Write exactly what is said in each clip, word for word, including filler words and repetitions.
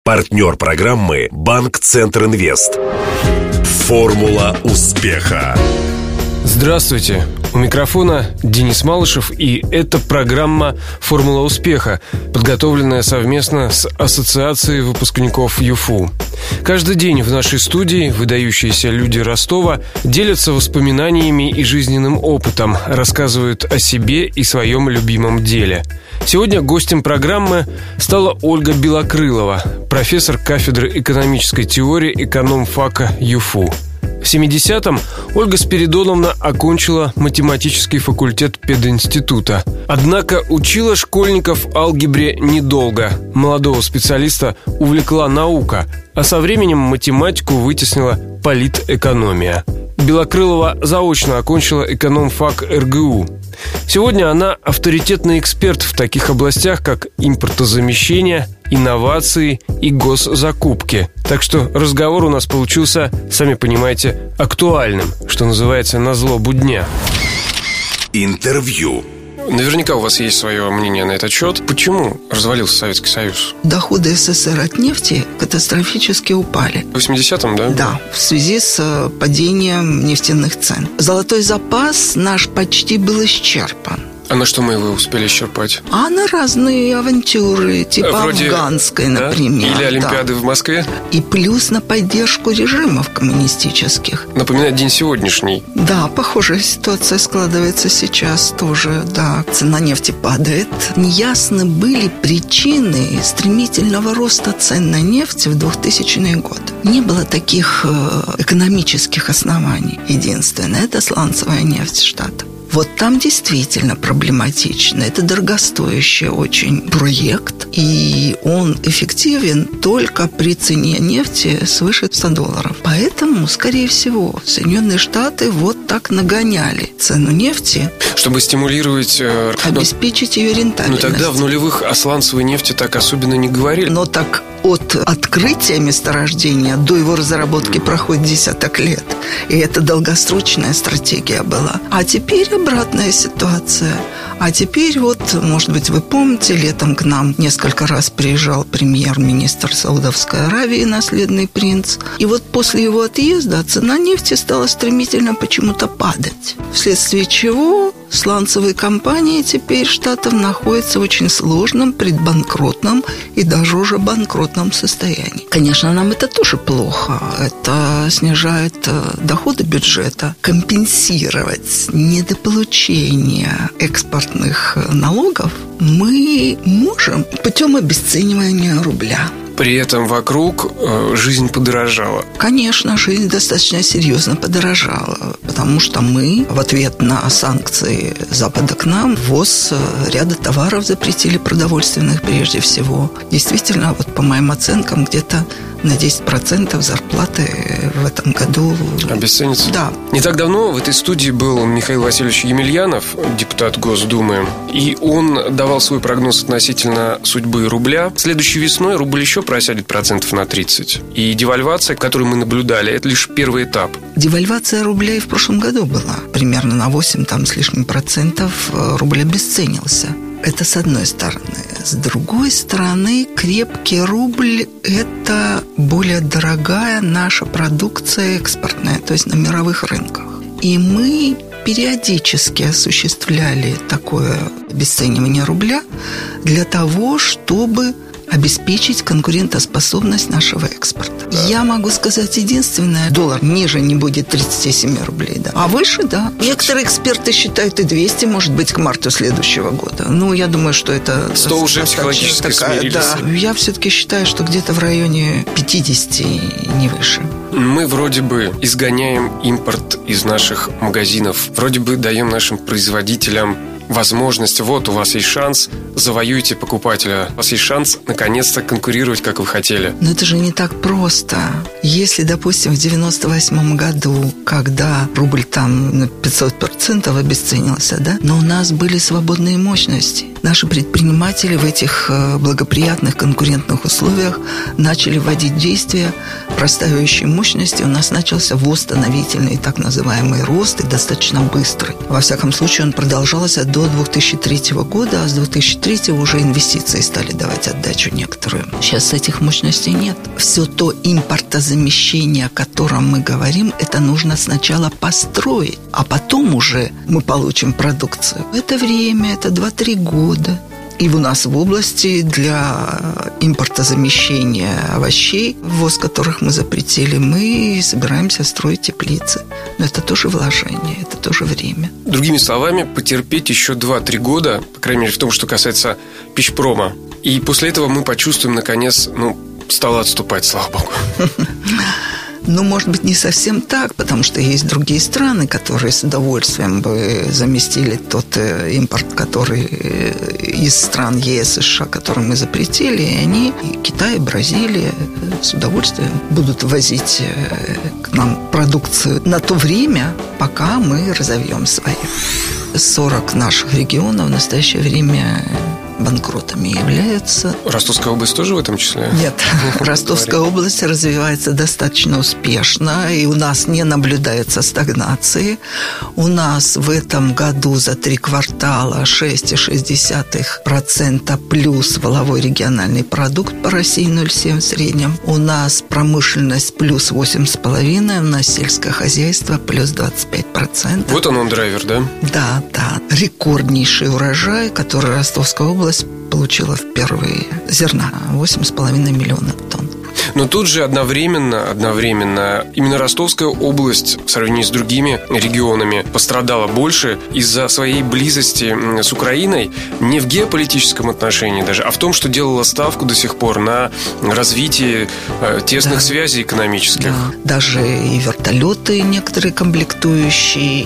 Партнер программы «Банк Центр Инвест». Формула успеха. Здравствуйте, у микрофона Денис Малышев, и это программа «Формула успеха», подготовленная совместно с Ассоциацией выпускников ЮФУ. Каждый день в нашей студии выдающиеся люди Ростова делятся воспоминаниями и жизненным опытом, рассказывают о себе и своем любимом деле. Сегодня гостем программы стала Ольга Белокрылова, профессор кафедры экономической теории экономфака ЮФУ. В семидесятом Ольга Спиридоновна окончила математический факультет пединститута. Однако учила школьников алгебре недолго. Молодого специалиста увлекла наука, а со временем математику вытеснила политэкономия. Белокрылова заочно окончила экономфак эр гэ у. Сегодня она авторитетный эксперт в таких областях, как импортозамещение, инновации и госзакупки. Так что разговор у нас получился, сами понимаете, актуальным, что называется, на злобу дня. Интервью. Наверняка у вас есть свое мнение на этот счет. Почему развалился Советский Союз? Доходы эс эс эс эр от нефти катастрофически упали. В восьмидесятом, да? Да, в связи с падением нефтяных цен. Золотой запас наш почти был исчерпан. А на что мы его успели исчерпать? А на разные авантюры, типа Вроде, афганской, да? например. Или Олимпиады да. в Москве. И плюс на поддержку режимов коммунистических. Напоминает день сегодняшний. Да, похожая ситуация складывается сейчас тоже, да. Цена нефти падает. Неясны были причины стремительного роста цен на нефть в двухтысячный год. Не было таких экономических оснований. Единственное, это сланцевая нефть штата. Вот там действительно проблематично. Это дорогостоящий очень проект, и он эффективен только при цене нефти свыше ста долларов. Поэтому, скорее всего, Соединенные Штаты вот так нагоняли цену нефти, чтобы стимулировать... Э, обеспечить ее рентабельность. Ну тогда в нулевых о сланцевой нефти так особенно не говорили. Но так от открытия месторождения до его разработки проходит десяток лет. И это долгосрочная стратегия была. А теперь обратная ситуация. А теперь вот, может быть, вы помните, летом к нам несколько раз приезжал премьер-министр Саудовской Аравии, наследный принц. И вот после его отъезда цена нефти стала стремительно почему-то падать. Вследствие чего сланцевые компании теперь штатов находятся в очень сложном предбанкротном и даже уже банкротном состоянии. Конечно, нам это тоже плохо. Это снижает доходы бюджета. Компенсировать недополучение экспортных налогов мы можем путем обесценивания рубля. При этом вокруг э, жизнь подорожала. Конечно, жизнь достаточно серьезно подорожала, потому что мы в ответ на санкции Запада к нам ввоз ряда товаров запретили, продовольственных прежде всего. Действительно, вот по моим оценкам, где-то на десять процентов зарплаты в этом году обесценится. Да. Не так давно в этой студии был Михаил Васильевич Емельянов, депутат Госдумы, и он давал свой прогноз относительно судьбы рубля. Следующей весной рубль еще просядет процентов на тридцать. И девальвация, которую мы наблюдали, это лишь первый этап. Девальвация рубля и в прошлом году была. Примерно на восемь там, с лишним процентов рубль обесценился. Это с одной стороны. С другой стороны, крепкий рубль – это более дорогая наша продукция экспортная, то есть на мировых рынках. И мы периодически осуществляли такое обесценивание рубля для того, чтобы обеспечить конкурентоспособность нашего экспорта. Да. Я могу сказать единственное: доллар ниже не будет тридцати семи рублей, да. А выше, да. Некоторые эксперты считают и двести, может быть, к марту следующего года. Ну, я думаю, что это... сто уже психологически такая, смирились. Да. Я все-таки считаю, что где-то в районе пятидесяти, не выше. Мы вроде бы изгоняем импорт из наших магазинов, вроде бы даем нашим производителям возможность, вот у вас есть шанс, завоюйте покупателя. У вас есть шанс наконец-то конкурировать, как вы хотели. Но это же не так просто. Если, допустим, в девяносто восьмом году, когда рубль там на пятьсот процентов обесценился, да, но у нас были свободные мощности. Наши предприниматели в этих благоприятных конкурентных условиях начали вводить в действие простаивающей мощности у нас начался восстановительный так называемый рост, и достаточно быстрый. Во всяком случае, он продолжался до две тысячи третьего года, а с две тысячи третьего уже инвестиции стали давать отдачу некоторую. Сейчас этих мощностей нет. Все то импортозамещение, о котором мы говорим, это нужно сначала построить, а потом уже мы получим продукцию. Это время, это два-три года. И у нас в области для импортозамещения овощей, ввоз которых мы запретили, мы собираемся строить теплицы. Но это тоже вложение, это тоже время. Другими словами, потерпеть еще два-три года, по крайней мере, в том, что касается пищпрома. И после этого мы почувствуем, наконец, ну, стало отступать, слава богу. Ну, может быть, не совсем так, потому что есть другие страны, которые с удовольствием бы заместили тот импорт, который из стран ЕС и США, который мы запретили, и они, и Китай, и Бразилия, с удовольствием будут ввозить к нам продукцию на то время, пока мы разовьем свои. сорок наших регионов в настоящее время банкротами являются. Ростовская область тоже в этом числе? Нет, Ростовская область развивается достаточно успешно, и у нас не наблюдается стагнации. У нас в этом году за три квартала шесть целых шесть десятых процента плюс валовой региональный продукт по России ноль целых семь десятых в среднем. У нас промышленность плюс восемь целых пять десятых, у нас сельское хозяйство плюс двадцать пять процентов. Вот он, он драйвер, да? Да, да. Рекорднейший урожай, который Ростовская область получила впервые. Зерна восемь целых пять десятых миллиона тонн. Но тут же одновременно, одновременно именно Ростовская область в сравнении с другими регионами пострадала больше из-за своей близости с Украиной не в геополитическом отношении даже, а в том, что делала ставку до сих пор на развитие тесных да. связей экономических. Да. Даже и вертолеты некоторые комплектующие,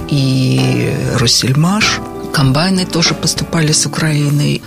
и Россельмаш, комбайны тоже поступали с Украины.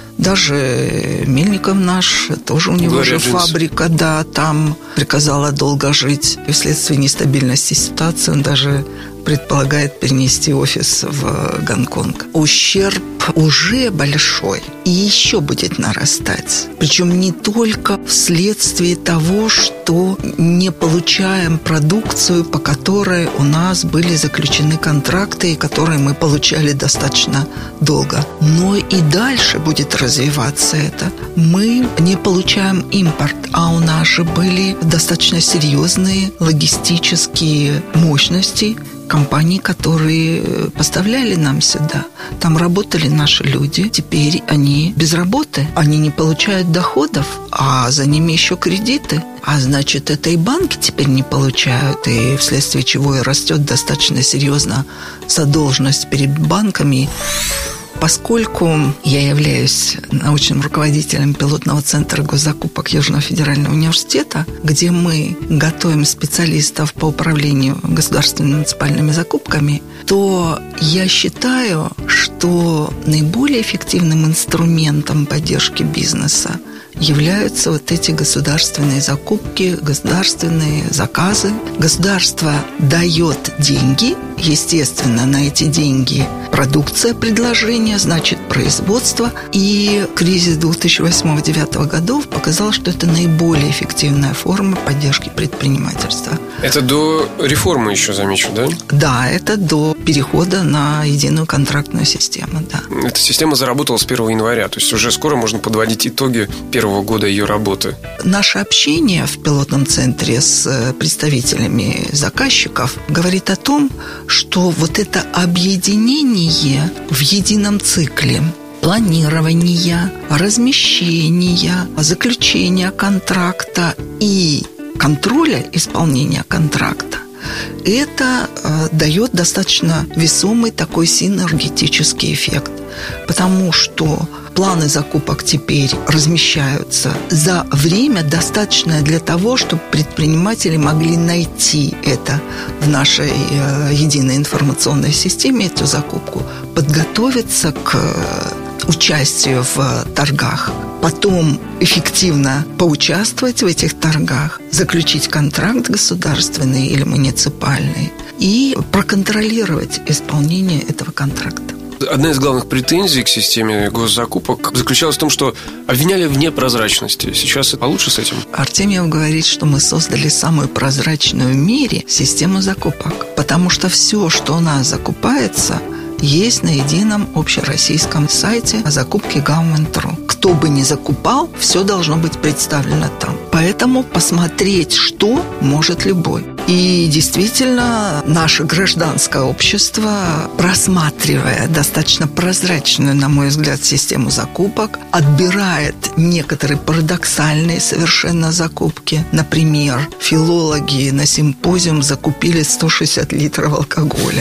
Даже Мельников наш, тоже у него Говорят, же фабрика, да, там приказала долго жить. И вследствие нестабильности ситуации он даже предполагает перенести офис в Гонконг. Ущерб уже большой и еще будет нарастать. Причем не только вследствие того, что не получаем продукцию, по которой у нас были заключены контракты, и которые мы получали достаточно долго. Но и дальше будет развиваться это. Мы не получаем импорт, а у нас же были достаточно серьезные логистические мощности компаний, которые поставляли нам сюда. Там работали наши люди. Теперь они без работы. Они не получают доходов, а за ними еще кредиты. А значит, это и банки теперь не получают, и вследствие чего и растет достаточно серьезно задолженность перед банками. Поскольку я являюсь научным руководителем пилотного центра госзакупок Южного федерального университета, где мы готовим специалистов по управлению государственными муниципальными закупками, то я считаю, что наиболее эффективным инструментом поддержки бизнеса являются вот эти государственные закупки, государственные заказы. Государство дает деньги, естественно, на эти деньги продукция, предложение, значит, производство. И кризис две тысячи восьмого — две тысячи девятого годов показал, что это наиболее эффективная форма поддержки предпринимательства. Это до реформы еще, замечу, да? Да, это до перехода на единую контрактную систему, да. Эта система заработала с первого января, то есть уже скоро можно подводить итоги первого года ее работы. Наше общение в пилотном центре с представителями заказчиков говорит о том, что вот это объединение в едином цикле планирования, размещения, заключения контракта и контроля исполнения контракта, это э, дает достаточно весомый такой синергетический эффект, потому что планы закупок теперь размещаются за время, достаточное для того, чтобы предприниматели могли найти это в нашей э, единой информационной системе, эту закупку, подготовиться к участию в торгах, потом эффективно поучаствовать в этих торгах, заключить контракт государственный или муниципальный и проконтролировать исполнение этого контракта. Одна из главных претензий к системе госзакупок заключалась в том, что обвиняли в непрозрачности. Сейчас получше с этим? Артемьев говорит, что мы создали самую прозрачную в мире систему закупок, потому что все, что у нас закупается, есть на едином общероссийском сайте о закупке Government.ru. Кто бы ни закупал, все должно быть представлено там. Поэтому посмотреть, что может любой. И действительно, наше гражданское общество, просматривая достаточно прозрачную, на мой взгляд, систему закупок, отбирает некоторые парадоксальные совершенно закупки. Например, филологи на симпозиум закупили сто шестьдесят литров алкоголя.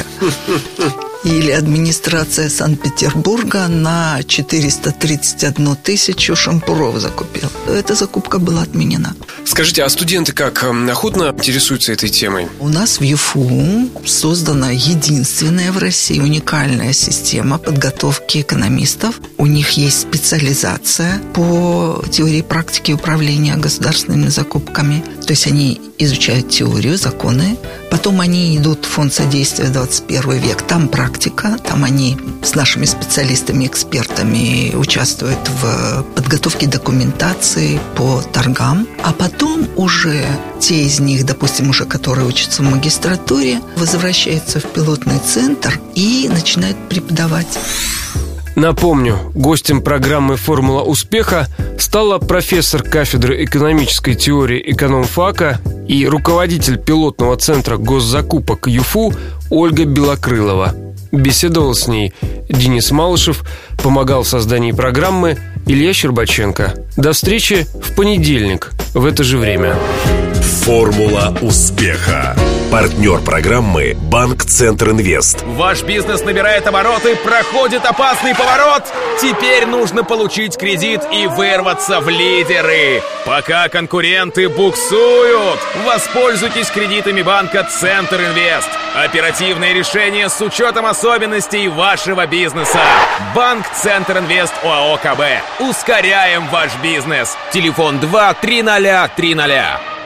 Или администрация Санкт-Петербурга на четыреста тридцать одну тысячу шампуров закупила. Эта закупка была отменена. Скажите, а студенты как, охотно интересуются этой темой? У нас в ЮФУ создана единственная в России уникальная система подготовки экономистов. У них есть специализация по теории практики управления государственными закупками. То есть они изучают теорию, законы. Потом они идут в Фонд содействия двадцать первый век. Там практика, там они с нашими специалистами, экспертами участвуют в подготовке документации по торгам. А потом уже те из них, допустим, уже которые учатся в магистратуре, возвращаются в пилотный центр и начинают преподавать. Напомню, гостем программы «Формула успеха» стала профессор кафедры экономической теории экономфака и руководитель пилотного центра госзакупок ЮФУ Ольга Белокрылова. Беседовал с ней Денис Малышев, помогал в создании программы Илья Щербаченко. До встречи в понедельник в это же время. «Формула успеха». Партнер программы «Банк Центр Инвест». Ваш бизнес набирает обороты, проходит опасный поворот. Теперь нужно получить кредит и вырваться в лидеры. Пока конкуренты буксуют, воспользуйтесь кредитами банка Центр Инвест. Оперативные решения с учетом особенностей вашего бизнеса. Банк Центр Инвест ОАО КБ. Ускоряем ваш бизнес. Телефон два три ноль три ноль.